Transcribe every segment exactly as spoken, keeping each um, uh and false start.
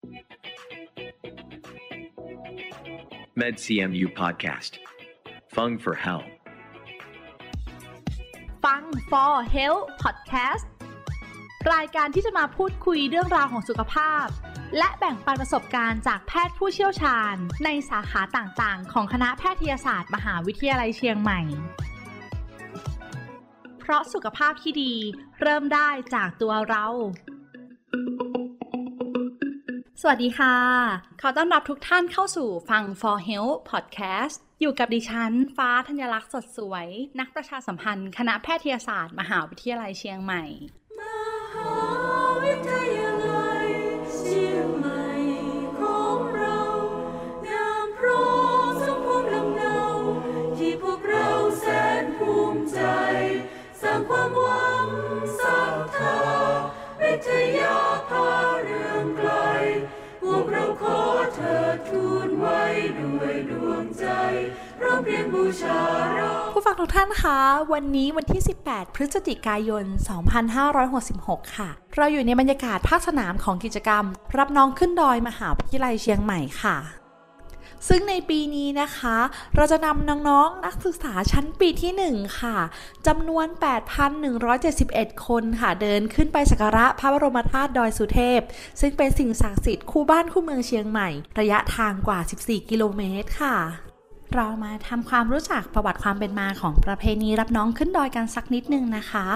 MedCMU Podcast Fung for Hell ฟัง for Health Podcast รายการที่จะมาพูดคุยเรื่องราวของสุขภาพและแบ่งปันประสบการณ์จากแพทย์ผู้เชี่ยวชาญในสาขาต่างๆของคณะแพทยศาสตร์มหาวิทยาลัยเชียงใหม่เพราะสุขภาพที่ดีเริ่มได้จากตัวเราสวัสดีค่ะขอต้อนรับทุกท่านเข้าสู่ฟัง for Health Podcast อยู่กับดิฉันฟ้าธัญลักษณ์สดสวยนักประชาสัมพันธ์คณะแพทยศาสตร์มหาวิทยาลัยเชียงใหม่มหาวิทยาลัยเชียงใหม่ของเรางามพร้อมสมภูมิลำเนาที่พวกเราแสนภูมิใจสร้างความหวังศรัทธาวิทยาพาเรื่องไกลพวกเราขอเธอทูลไว้ด้วยดวงใจร้องเพลงบูชาเราผู้ฟังทุกท่านคะวันนี้วันที่สิบแปดพฤศจิกายนสองพันห้าร้อยหกสิบหกค่ะเราอยู่ในบรรยากาศภาคสนามของกิจกรรมรับน้องขึ้นดอยมหาวิทยาลัยเชียงใหม่ค่ะซึ่งในปีนี้นะคะเราจะนำน้องๆนักศึกษาชั้นปีที่หนึ่งค่ะจำนวน แปดพันหนึ่งร้อยเจ็ดสิบเอ็ด คนค่ะเดินขึ้นไปสักการะพระบรมธาตุดอยสุเทพซึ่งเป็นสิ่งศักดิ์สิทธิ์คู่บ้านคู่เมืองเชียงใหม่ระยะทางกว่าสิบสี่กิโลเมตรค่ะเรามาทำความรู้จักประวัติความเป็นมาของประเพณีรับน้องขึ้นดอยกันสักนิดนึงนะคะ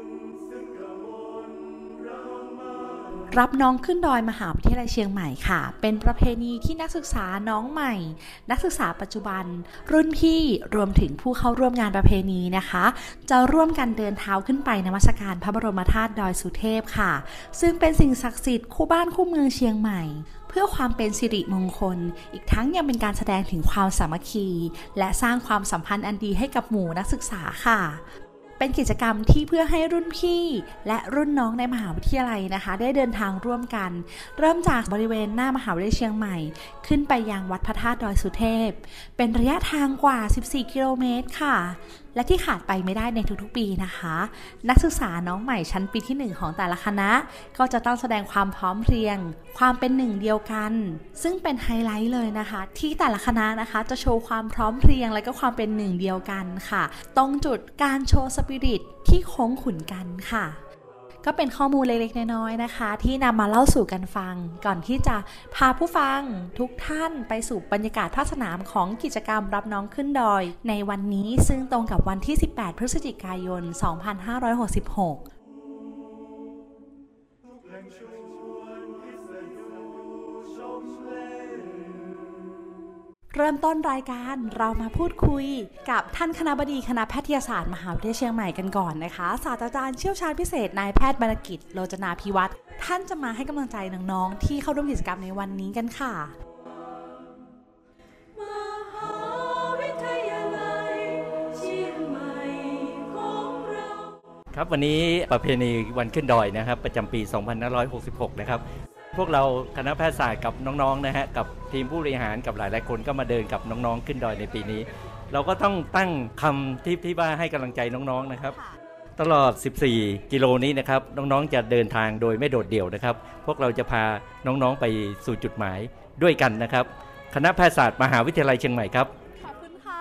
รับน้องขึ้นดอยมหาวิทยาลัยเชียงใหม่ค่ะเป็นประเพณีที่นักศึกษาน้องใหม่นักศึกษาปัจจุบันรุ่นพี่รวมถึงผู้เข้าร่วมงานประเพณีนะคะจะร่วมกันเดินเท้าขึ้นไปนมัสการพระบรมธาตุดอยสุเทพค่ะซึ่งเป็นสิ่งศักดิ์สิทธิ์คู่บ้านคู่เมืองเชียงใหม่เพื่อความเป็นสิริมงคลอีกทั้งยังเป็นการแสดงถึงความสามัคคีและสร้างความสัมพันธ์อันดีให้กับหมู่นักศึกษาค่ะเป็นกิจกรรมที่เพื่อให้รุ่นพี่และรุ่นน้องในมหาวิทยาลัยนะคะได้เดินทางร่วมกันเริ่มจากบริเวณหน้ามหาวิทยาลัยเชียงใหม่ขึ้นไปยังวัดพระธาตุดอยสุเทพเป็นระยะทางกว่าสิบสี่กิโลเมตรค่ะและที่ขาดไปไม่ได้ในทุกๆปีนะคะนักศึกษาน้องใหม่ชั้นปีที่หนึ่งของแต่ละคณะก็จะต้องแสดงความพร้อมเพรียงความเป็นหนึ่งเดียวกันซึ่งเป็นไฮไลท์เลยนะคะที่แต่ละคณะนะคะจะโชว์ความพร้อมเพรียงและก็ความเป็นหนึ่งเดียวกันค่ะตรงจุดการโชว์สปิริตที่โค้งขุนกันค่ะก็เป็นข้อมูลเล็กๆน้อยๆนะคะที่นำมาเล่าสู่กันฟังก่อนที่จะพาผู้ฟังทุกท่านไปสู่บรรยากาศภาคสนามของกิจกรรมรับน้องขึ้นดอยในวันนี้ซึ่งตรงกับวันที่สิบแปดพฤศจิกายนสองพันห้าร้อยหกสิบหกเริ่มต้นรายการเรามาพูดคุยกับท่านคณบดีคณะแพทยศาสตร์มหาวิทยาลัยเชียงใหม่กันก่อนนะคะศาสตราจารย์เชี่ยวชาญพิเศษนายแพทย์บรรณกิจโลจนาภิวัตรท่านจะมาให้กำลังใจน้องๆที่เข้าร่วมกิจกรรมในวันนี้กันค่ะมหาวิทยาลัยเชียงใหม่ของเราครับวันนี้ประเพณีวันขึ้นดอยนะครับประจำปีสองพันห้าร้อยหกสิบหกนะครับพวกเราคณะแพทยศาสตร์กับน้องๆนะฮะกับทีมผู้บริหารกับหลายๆคนก็มาเดินกับน้องๆขึ้นดอยในปีนี้เราก็ต้องตั้งคำที่ที่ว่าให้กำลังใจน้องๆนะครับตลอดสิบสี่กิโลนี้นะครับน้องๆจะเดินทางโดยไม่โดดเดี่ยวนะครับพวกเราจะพาน้องๆไปสู่จุดหมายด้วยกันนะครับคณะแพทยศาสตร์มหาวิทยาลัยเชียงใหม่ครับขอบคุณค่ะ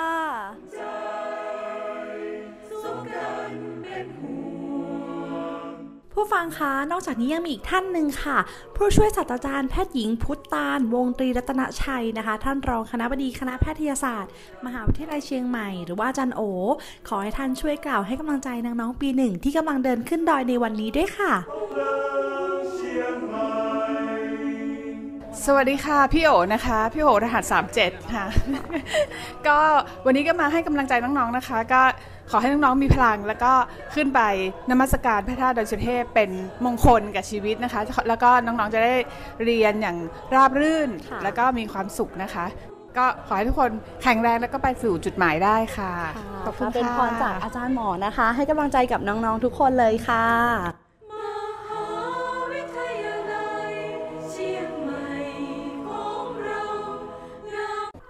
ผู้ฟังคะนอกจากนี้ยังมีอีกท่านหนึ่งค่ะผู้ช่วยศาสตราจารย์แพทย์หญิงพุทธตาลวงตรีรัตนชัยนะคะท่านรองคณบดีคณะแพทยศาสตร์มหาวิทยาลัยเชียงใหม่หรือว่าอาจารย์โอขอให้ท่านช่วยกล่าวให้กำลังใจน้องๆปีหนึ่งที่กำลังเดินขึ้นดอยในวันนี้ด้วยค่ะสวัสดีค่ะพี่โอนะคะพี่โอรหัสสามสิบเจ็ดค่ะก็วันนี้ก็มาให้กำลังใจน้องๆนะคะก็ขอให้น้องๆมีพลังแล้วก็ขึ้นไปนมัสการพระธาตุดอยสุเทพเป็นมงคลกับชีวิตนะคะแล้วก็น้องๆจะได้เรียนอย่างราบรื่นแล้วก็มีความสุขนะคะก็ขอให้ทุกคนแข็งแรงแล้วก็ไปสู่จุดหมายได้ค่ะขอบคุณค่ะเป็นพรจากอาจารย์หมอนะคะให้กำลังใจกับน้องๆทุกคนเลยค่ะ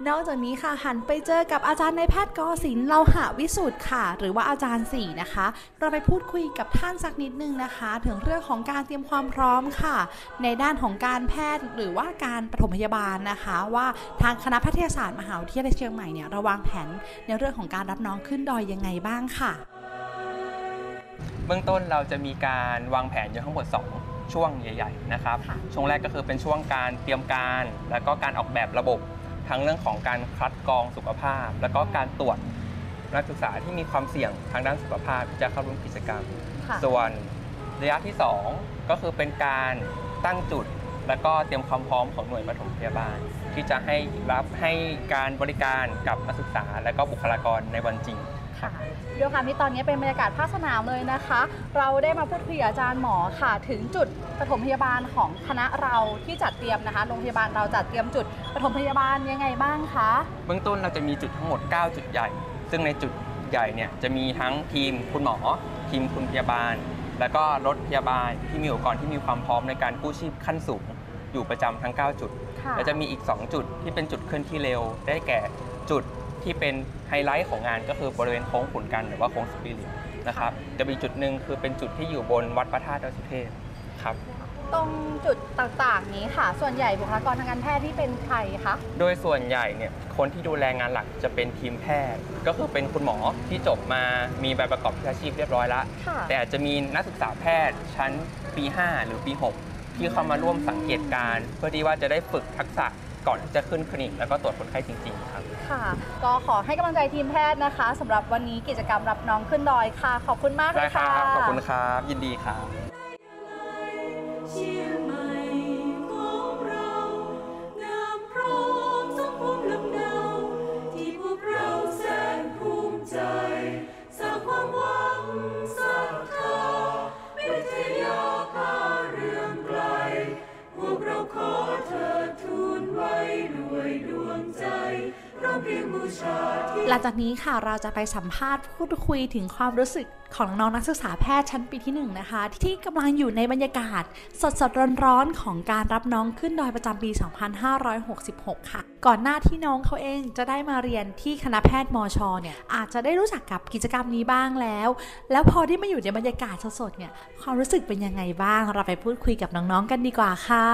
นอกจากนี้ค่ะหันไปเจอกับอาจารย์นายแพทย์กศินทร์เลาหะวิสุทธิ์ค่ะหรือว่าอาจารย์สี่นะคะเราไปพูดคุยกับท่านสักนิดนึงนะคะถึงเรื่องของการเตรียมความพร้อมค่ะในด้านของการแพทย์หรือว่าการปฐมพยาบาลนะคะว่าทางคณะแพทยศาสตร์มหาวิทยาลัยเชียงใหม่เนี่ยเราวางแผนในเรื่องของการรับน้องขึ้นดอยยังไงบ้างค่ะเบื้องต้นเราจะมีการวางแผนอยู่ทั้งหมดสองช่วงใหญ่ๆนะครับช่วงแรกก็คือเป็นช่วงการเตรียมการแล้วก็การออกแบบระบบทั้งเรื่องของการคัดกรองสุขภาพแล้วก็การตรวจนักศึกษาที่มีความเสี่ยงทางด้านสุขภาพที่จะเข้าร่วมกิจกรรมส่วนระยะที่สองก็คือเป็นการตั้งจุดแล้วก็เตรียมความพร้อมของหน่วยปฐมพยาบาลที่จะให้รับให้การบริการกับนักศึกษาและก็บุคลากรในวันจริงค่ะด้วยความที่ตอนนี้เป็นบรรยากาศภาคสนามเลยนะคะเราได้มาพูดคุยกับอาจารย์หมอค่ะถึงจุดปฐมพยาบาลของคณะเราที่จัดเตรียมนะคะโรงพยาบาลเราจัดเตรียมจุดปฐมพยาบาลยังไงบ้างคะเบื้องต้นเราจะมีจุดทั้งหมดเก้าจุดใหญ่ซึ่งในจุดใหญ่เนี่ยจะมีทั้งทีมคุณหมอทีมคุณพยาบาลแล้วก็รถพยาบาลที่มีอุปกรณ์ที่มีความพร้อมในการกู้ชีพขั้นสูงอยู่ประจำทั้งเก้าจุดและจะมีอีกสองจุดที่เป็นจุดเคลื่อนที่เร็วได้แก่จุดที่เป็นไฮไลท์ของงานก็คือบริเวณโค้งขุนกันหรือว่าโค้งสปิริตนะครับจะมีจุดหนึ่งคือเป็นจุดที่อยู่บนวัดพระธาตุดอยสุเทพครับตรงจุดต่างๆนี้ค่ะส่วนใหญ่บุคลากรทางการแพทย์ที่เป็นใครคะโดยส่วนใหญ่เนี่ยคนที่ดูแลงานหลักจะเป็นทีมแพทย์ก็คือเป็นคุณหมอที่จบมามีใบประกอบวิชาชีพเรียบร้อยแล้วแต่อาจจะมีนักศึกษาแพทย์ชั้นปีห้าหรือปีหกที่เข้ามาร่วมสังเกตการณ์เพื่อที่ว่าจะได้ฝึกทักษะก่อนที่จะขึ้นคลินิกแล้วก็ตรวจคนไข้จริงๆครับค่ะก็ขอให้กำลังใจทีมแพทย์นะคะสำหรับวันนี้กิจกรรมรับน้องขึ้นดอยค่ะขอบคุณมากเลยค่ะขอบคุณครับยินดีครับเชียงใหม่ของเรางามพร้อมสมภูมิลำเนาที่พวกเราแสนภูมิใจสร้างความหวังศรัทธาวิทยาพาเรื่องไกลพวกเราขอเธอทูลไว้ด้วยดวงใจเราเพียงบูชาที่หลังจากนี้ค่ะเราจะไปสัมภาษณ์พูดคุยถึงความรู้สึกของน้องนักศึกษาแพทย์ชั้นปีที่หนึ่งนะคะที่กำลังอยู่ในบรรยากาศสดๆร้อนๆของการรับน้องขึ้นดอยประจำปีสองพันห้าร้อยหกสิบหกค่ะก่อนหน้าที่น้องเขาเองจะได้มาเรียนที่คณะแพทย์มช.เนี่ยอาจจะได้รู้จักกับกิจกรรมนี้บ้างแล้วแล้วพอที่มาอยู่ในบรรยากาศสดๆเนี่ยความรู้สึกเป็นยังไงบ้างเราไปพูดคุยกับน้องๆกันดีกว่าค่ะ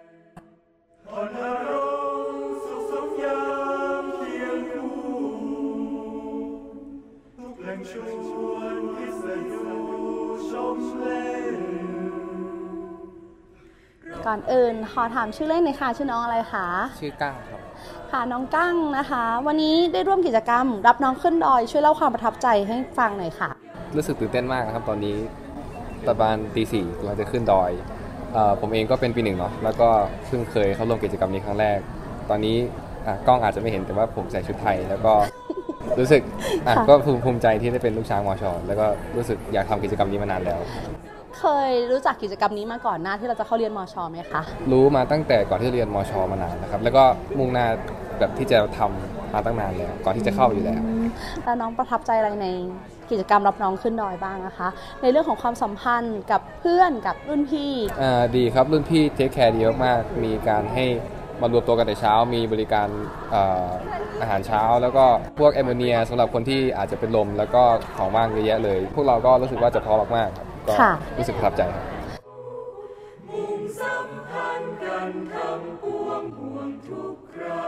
ก่อนอื่นขอถามชื่อเล่นหน่อยค่ะชื่อน้องอะไรคะชื่อกั้งครับค่ะน้องกั้งนะคะวันนี้ได้ร่วมกิจกรรมรับน้องขึ้นดอยช่วยเล่าความประทับใจให้ฟังหน่อยค่ะรู้สึกตื่นเต้นมากครับตอนนี้ประมาณตีสี่เราจะขึ้นดอยเอ่อผมเองก็เป็นปีหนึ่งเนาะแล้วก็เพิ่งเคยเข้าร่วมกิจกรรมนี้ครั้งแรกตอนนี้อ่ะกล้องอาจจะไม่เห็นแต่ว่าผมใส่ชุดไทยแล้วก็รู้สึกอ่ะก็ภูมิใจที่ได้เป็นลูกช้างมช.แล้วก็รู้สึกอยากทำกิจกรรมนี้มานานแล้วเคยรู้จักกิจกรรมนี้มาก่อนหน้าที่เราจะเข้าเรียนมช.ไหมคะรู้มาตั้งแต่ก่อนที่เรียนมช.มานานนะครับแล้วก็มุ่งหน้าแบบที่จะทำมาตั้งนานแล้วก่อนที่จะเข้าอยู่แล้วแล้วน้องประทับใจอะไรในกิจกรรมรับน้องขึ้นดอยบ้างนะคะในเรื่องของความสัมพันธ์กับเพื่อนกับรุ่นพี่อ่าดีครับรุ่นพี่เทคแคร์ดีมากๆมีการให้มารวมตัวกันแต่เช้ามีบริการอาหารเช้าแล้วก็พวกแอมโมเนียสำหรับคนที่อาจจะเป็นลมแล้วก็ของว่างเยอะแยะเลยพวกเราก็รู้สึกว่าจะพร้อมมากๆครับก็รู้สึกประทับใจครับมุ่งสัมพันธ์กันทั้งปวงห่วงทุกครา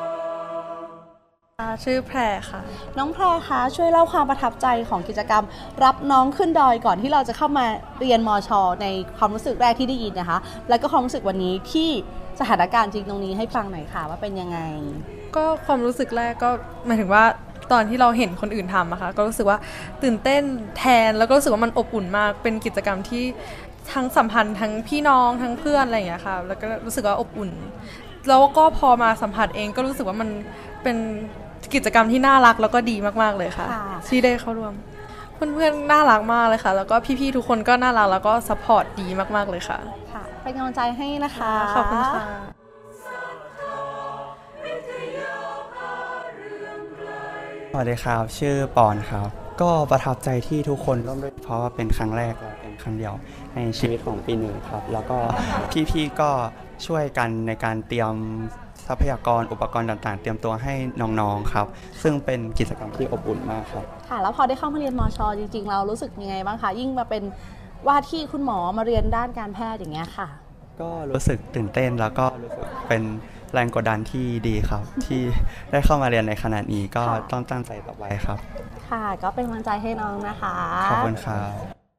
ชื่อแพรค่ะน้องแพรคะช่วยเล่าความประทับใจของกิจกรรมรับน้องขึ้นดอยก่อนที่เราจะเข้ามาเรียนมช.ในความรู้สึกแรกที่ได้ยินนะคะแล้วก็ความรู้สึกวันนี้ที่สถานการณ์จริงตรงนี้ให้ฟังหน่อยค่ะว่าเป็นยังไงก็ความรู้สึกแรกก็หมายถึงว่าตอนที่เราเห็นคนอื่นทำอะค่ะก็รู้สึกว่าตื่นเต้นแทนแล้วก็รู้สึกว่ามันอบอุ่นมากเป็นกิจกรรมที่ทั้งสัมพันธ์ทั้งพี่น้องทั้งเพื่อนอะไรอย่างเงี้ยค่ะแล้วก็รู้สึกว่าอบอุ่นแล้วก็พอมาสัมผัสเองก็รู้สึกว่ามันเป็นกิจกรรมที่น่ารักแล้วก็ดีมากๆเลยค่ะที่ได้เข้าร่วมเพื่อนๆน่ารักมากเลยค่ะแล้วก็พี่ๆทุกคนก็น่ารักแล้วก็ซัพพอร์ตดีมากๆเลยค่ะค่ะเป็นกำลังใจให้นะคะขอบคุณค่ะสวัสดีครับชื่อปอนครับก็ประทับใจที่ทุกคนร่วมด้วยเพราะว่าเป็นครั้งแรกและเป็นครั้งเดียวในชีวิตของปีหนึ่งครับแล้วก็พี่ๆก็ช่วยกันในการเตรียมสทรัพยากรอุปกรณ์ต่างๆเตรียมตัวให้น้องๆครับซึ่งเป็นกิจกรรมที่อบอุ่นมากครับค่ะแล้วพอได้เข้ามาเรียนมช.จริงๆเรารู้สึกยังไงบ้างคะยิ่งมาเป็นว่าที่คุณหมอมาเรียนด้านการแพทย์อย่างเงี้ยค่ะก็รู้สึกตื่นเต้นแล้วก็รู้สึกเป็นแรงกดดันที่ดีครับที่ได้เข้ามาเรียนในขณะนี้ก็ต้องตั้งใจต่อไปครับค่ะก็เป็นกำลังใจให้น้องนะคะขอบคุณครับ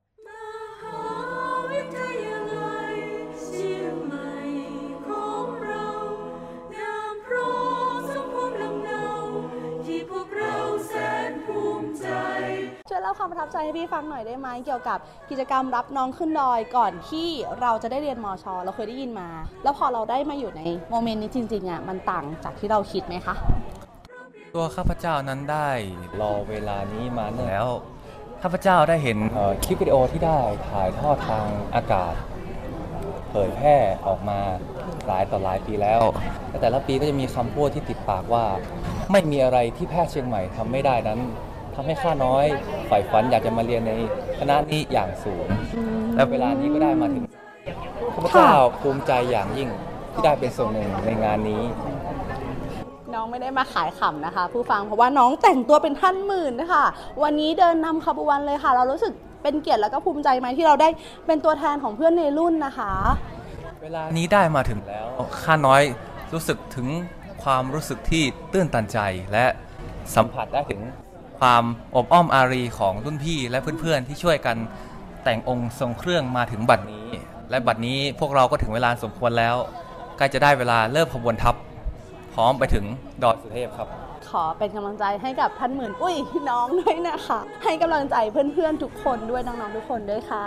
ช่วยเล่าความประทับใจให้พี่ฟังหน่อยได้ไหมเกี่ยวกับกิจกรรมรับน้องขึ้นดอยก่อนที่เราจะได้เรียนมช.เราเคยได้ยินมาแล้วพอเราได้มาอยู่ในโมเมนต์นี้จริงๆอ่ะมันต่างจากที่เราคิดไหมคะตัวข้าพเจ้านั้นได้รอเวลานี้มาแล้วข้าพเจ้าได้เห็นคลิปวิดีโอที่ได้ถ่ายทอดทางอากาศเผยแพร่ออกมาหลายต่อหลายปีแล้วแต่ละปีก็จะมีคำพูดที่ติดปากว่าไม่มีอะไรที่แพทย์เชียงใหม่ทำไม่ได้นั้นทำให้ข้าน้อยใฝ่ฝันอยากจะมาเรียนในคณะนี้อย่างสูงและเวลานี้ก็ได้มาถึงข้าพเจ้าภูมิใจอย่างยิ่งที่ได้เป็นส่วนหนึ่งในงานนี้น้องไม่ได้มาขายขำนะคะผู้ฟังเพราะว่าน้องแต่งตัวเป็นท่านหมื่นนะคะวันนี้เดินนำขบวนเลยค่ะเรารู้สึกเป็นเกียรติแล้วก็ภูมิใจไหมที่เราได้เป็นตัวแทนของเพื่อนในรุ่นนะคะเวลานี้ได้มาถึงแล้วข้าน้อยรู้สึกถึงความรู้สึกที่ตื้นตันใจและสัมผัสได้ถึงความอบอ้อมอารีของรุ่นพี่และเพื่อนๆที่ช่วยกันแต่งองค์ทรงเครื่องมาถึงบัดนี้และบัดนี้พวกเราก็ถึงเวลาสมควรแล้วใกล้จะได้เวลาเริ่มขบวนทัพพร้อมไปถึงดอยสุเทพครับขอเป็นกำลังใจให้กับท่านหมื่นอุ้ยน้องด้วยนะคะให้กำลังใจเพื่อนๆทุกคนด้วยน้องๆทุกคนด้วยค่ะ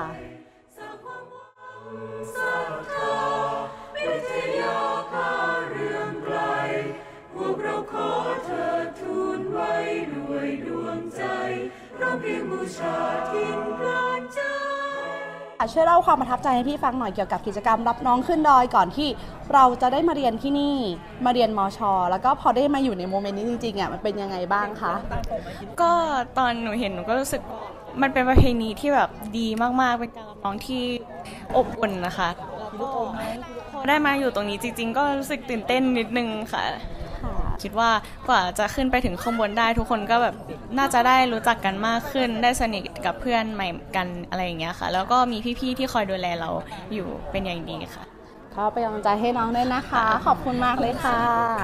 พวกเราขอเธอทูลไว้ด้วยดวงใจร้องเพลงบูชาทิ้งพลานใจช่วยเล่าความประทับใจให้พี่ฟังหน่อยเกี่ยวกับกิจกรรมรับน้องขึ้นดอยก่อนที่เราจะได้มาเรียนที่นี่มาเรียนมช.แล้วก็พอได้มาอยู่ในโมเมนต์นี้จริงๆอ่ะมันเป็นยังไงบ้างคะก็ตอนหนูเห็นหนูก็รู้สึกมันเป็นประเพณีที่แบบดีมากๆเป็นการรับน้องที่อบอุ่นนะคะพอได้มาอยู่ตรงนี้จริงๆก็รู้สึกตื่นเต้นนิดนึงค่ะคิดว่ากว่าจะขึ้นไปถึงข้างบนได้ทุกคนก็แบบน่าจะได้รู้จักกันมากขึ้นได้สนิทกับเพื่อนใหม่กันอะไรอย่างเงี้ยค่ะแล้วก็มีพี่ๆที่คอยดูแลเราอยู่เป็นอย่างดีค่ะก็เป็นกำลังใจให้น้องด้วยนะคะขอบคุณมากเลยค่ะ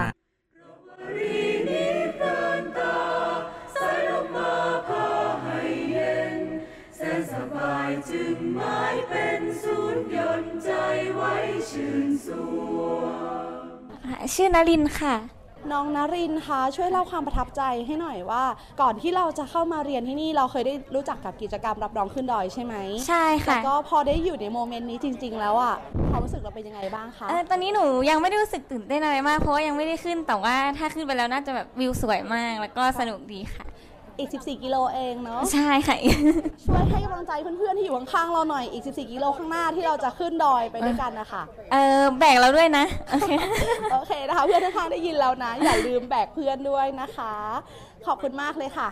สบายจึงหมายเป็นศูนย์หย่อนใจไว้ชื่นสูชื่อนรินค่ะน้องนรินคะช่วยเล่าความประทับใจให้หน่อยว่าก่อนที่เราจะเข้ามาเรียนที่นี่เราเคยได้รู้จักกับกิจกรรมรับน้องขึ้นดอยใช่ไหมใช่ค่ะแล้วก็พอได้อยู่ในโมเมนต์นี้จริงๆแล้วอ่ะความรู้สึกเราเป็นยังไงบ้างคะเออตอนนี้หนูยังไม่ได้รู้สึกตื่นเต้นอะไรมากเพราะว่ายังไม่ได้ขึ้นแต่ว่าถ้าขึ้นไปแล้วน่าจะแบบวิวสวยมากแล้วก็สนุกดีค่ะอีกสิบสี่กิโลเองเนาะใช่ค่ะช่วยให้กำลังใจเพื่อนๆที่อยู่ข้างๆเราหน่อยอีกสิบสี่กิโลข้างหน้าที่เราจะขึ้นดอยไปด้วยกันนะคะเออแบกเราด้วยนะโอเคโอเคนะคะเพื่อนข้างๆได้ยินแล้วนะอย่าลืมแบกเพื่อนด้วยนะคะขอบคุณมากเลยค่ะ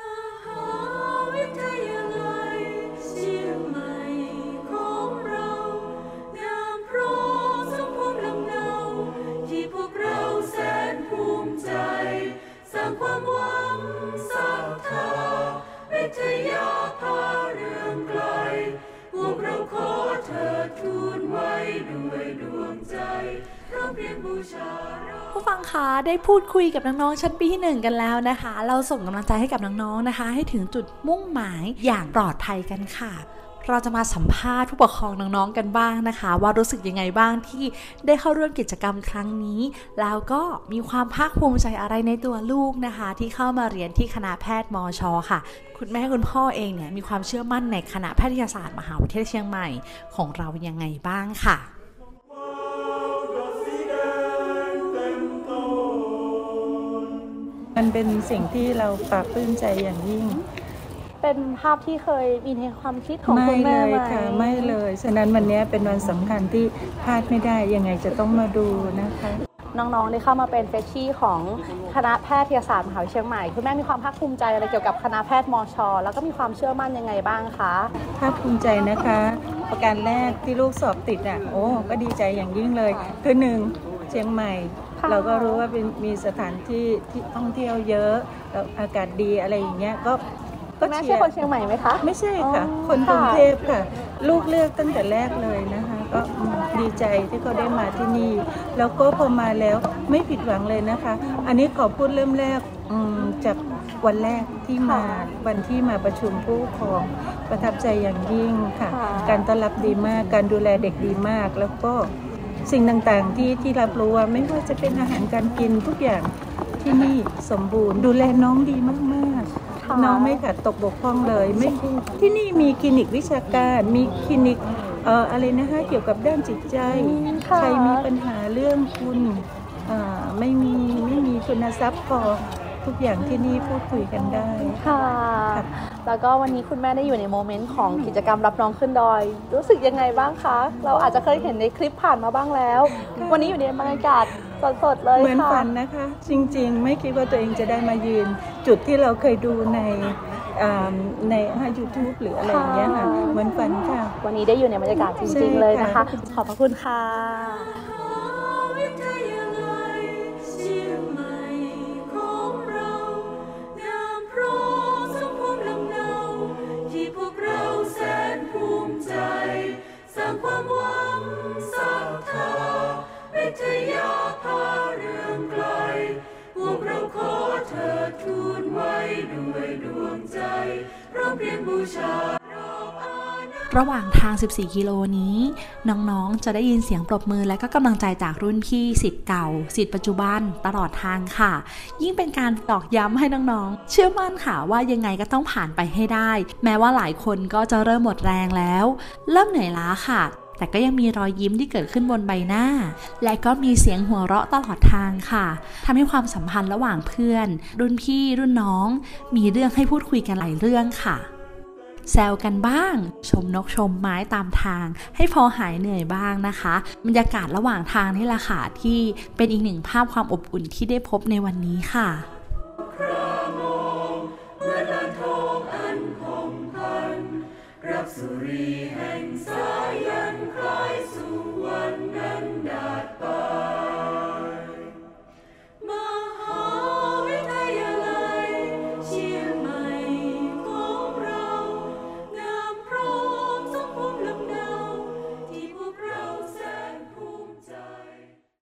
สร้างความหวังศรัทธาวิทยาพาเรื่องไกลพวกเราขอเธอทูลไว้ด้วยดวงใจร้องเพลงบูชาผู้ฟังคะได้พูดคุยกับน้องๆชั้นปีที่หนึ่งกันแล้วนะคะเราส่งกำลังใจให้กับน้องๆนะคะให้ถึงจุดมุ่งหมายอย่างปลอดภัยกันค่ะเราจะมาสัมภาษณ์ผู้ปกครองน้องๆกันบ้างนะคะว่ารู้สึกยังไงบ้างที่ได้เข้าร่วมกิจกรรมครั้งนี้แล้วก็มีความภาคภูมิใจอะไรในตัวลูกนะคะที่เข้ามาเรียนที่คณะแพทย์มช.ค่ะคุณแม่คุณพ่อเองเนี่ยมีความเชื่อมั่นในคณะแพทยศาสตร์มหาวิทยาลัยเชียงใหม่ของเรายังไงบ้างค่ะมันเป็นสิ่งที่เราปลาบปลื้มใจอย่างยิ่งเป็นภาพที่เคยมีในความคิดของคุณแม่ไหมไม่เลยค่ะไม่เลยฉะนั้นวันนี้เป็นวันสำคัญที่พลาดไม่ได้ยังไงจะต้องมาดูนะคะน้องๆได้เข้ามาเป็นเฟชชี่ของคณะแพทยศาสตร์มหาวิทยาลัยเชียงใหม่คุณแม่มีความภาคภูมิใจอะไรเกี่ยวกับคณะแพทย์มช.แล้วก็มีความเชื่อมั่นยังไงบ้างคะภาคภูมิใจนะคะประการแรกที่ลูกสอบติดอ่ะโอ้ก็ดีใจอย่างยิ่งเลยคือหนึ่งเชียงใหม่แพเราก็รู้ว่าเป็นมีสถานที่ที่ท่องเที่ยวเยอะแล้วอากาศดีอะไรอย่างเงี้ยก็ก็แม่เชีใช่ยร์คนเชียงใหม่ไหมคะไม่ใช่ค่ะอ๋อคนกรุงค่ะเทพค่ะ ลูกเลือกตั้งแต่แรกเลยนะคะก็อืมดีใจที่เขาได้มาที่นี่ แล้วก็พอมาแล้วไม่ผิดหวังเลยนะคะ อันนี้ขอพูดเริ่มแรกอืมจากวันแรกที่มาวันที่มาประชุมผู้ปกครองประทับใจอย่างยิ่งค่ะค่ะการต้อนรับดีมาก การดูแลเด็กดีมาก แล้วก็สิ่งต่างๆที่ที่รับรู้ว่าไม่ว่าจะเป็นอาหารการกินทุกอย่างที่นี่สมบูรณ์ ดูแลน้องดีมากๆค่ะน้องไม่ขาดตกบกพร่องเลยไม่ที่นี่มีคลินิกวิชาการมีคลินิกเอ่ออะไรนะคะเกี่ยวกับด้านจิตใจค่ะใครมีปัญหาเรื่องทุนอ่าไม่มีไม่มีทุนทรัพย์พอทุกอย่างที่นี่พูดคุยกันได้ค่ะ แล้วก็วันนี้คุณแม่ได้อยู่ในโมเมนต์ของกิจกรรมรับน้องขึ้นดอย รู้สึกยังไงบ้างคะ เราอาจจะเคยเห็นในคลิปผ่านมาบ้างแล้ว วันนี้อยู่ในบรรยากาศสดๆเลยค่ะเหมือนฝันนะคะ จริงๆ ไม่คิดว่าตัวเองจะได้มายืน จุดที่เราเคยดูในอ่าในยูทูบหรืออะไรอย่างเงี้ยค่ะเหมือนฝันค่ะวันนี้ได้อยู่ในบรรยากาศจริงๆเลยนะคะ ขอบพระคุณค่ะวิทยาลัยเชียงใหม่ของเรางามพร้อมสมภูมิลำเนาที่พวกเราแสนภูมิใจสร้างความหวังศรัทธาวิทยาพาเรื่องไกลพวกเราขอเธอทูลไว้ด้วยดวงใจพร้อมเพรียงบูชาระหว่างทาง สิบสี่ กิโลนี้ น้องๆ จะได้ยินเสียงปรบมือและก็กำลังใจจากรุ่นพี่ศิษย์เก่าศิษย์ปัจจุบันตลอดทางค่ะ ยิ่งเป็นการตอกย้ำให้น้องๆ เชื่อมั่นค่ะว่ายังไงก็ต้องผ่านไปให้ได้ แม้ว่าหลายคนก็จะเริ่มหมดแรงแล้ว เริ่มเหนื่อยล้าค่ะ แต่ก็ยังมีรอยยิ้มที่เกิดขึ้นบนใบหน้า และก็มีเสียงหัวเราะตลอดทางค่ะทำให้ความสัมพันธ์ระหว่างเพื่อน รุ่นพี่รุ่นน้อง มีเรื่องให้พูดคุยกันหลายเรื่องค่ะ แซวกันบ้าง ชมนกชมไม้ตามทางให้พอหายเหนื่อยบ้างนะคะบรรยากาศระหว่างทางนี่แหละค่ะที่เป็นอีกหนึ่งภาพความอบอุ่นที่ได้พบในวันนี้ค่ะครามองเมื่อลานทองอันคงพันรับสุรีแห่งสายันคลายสู่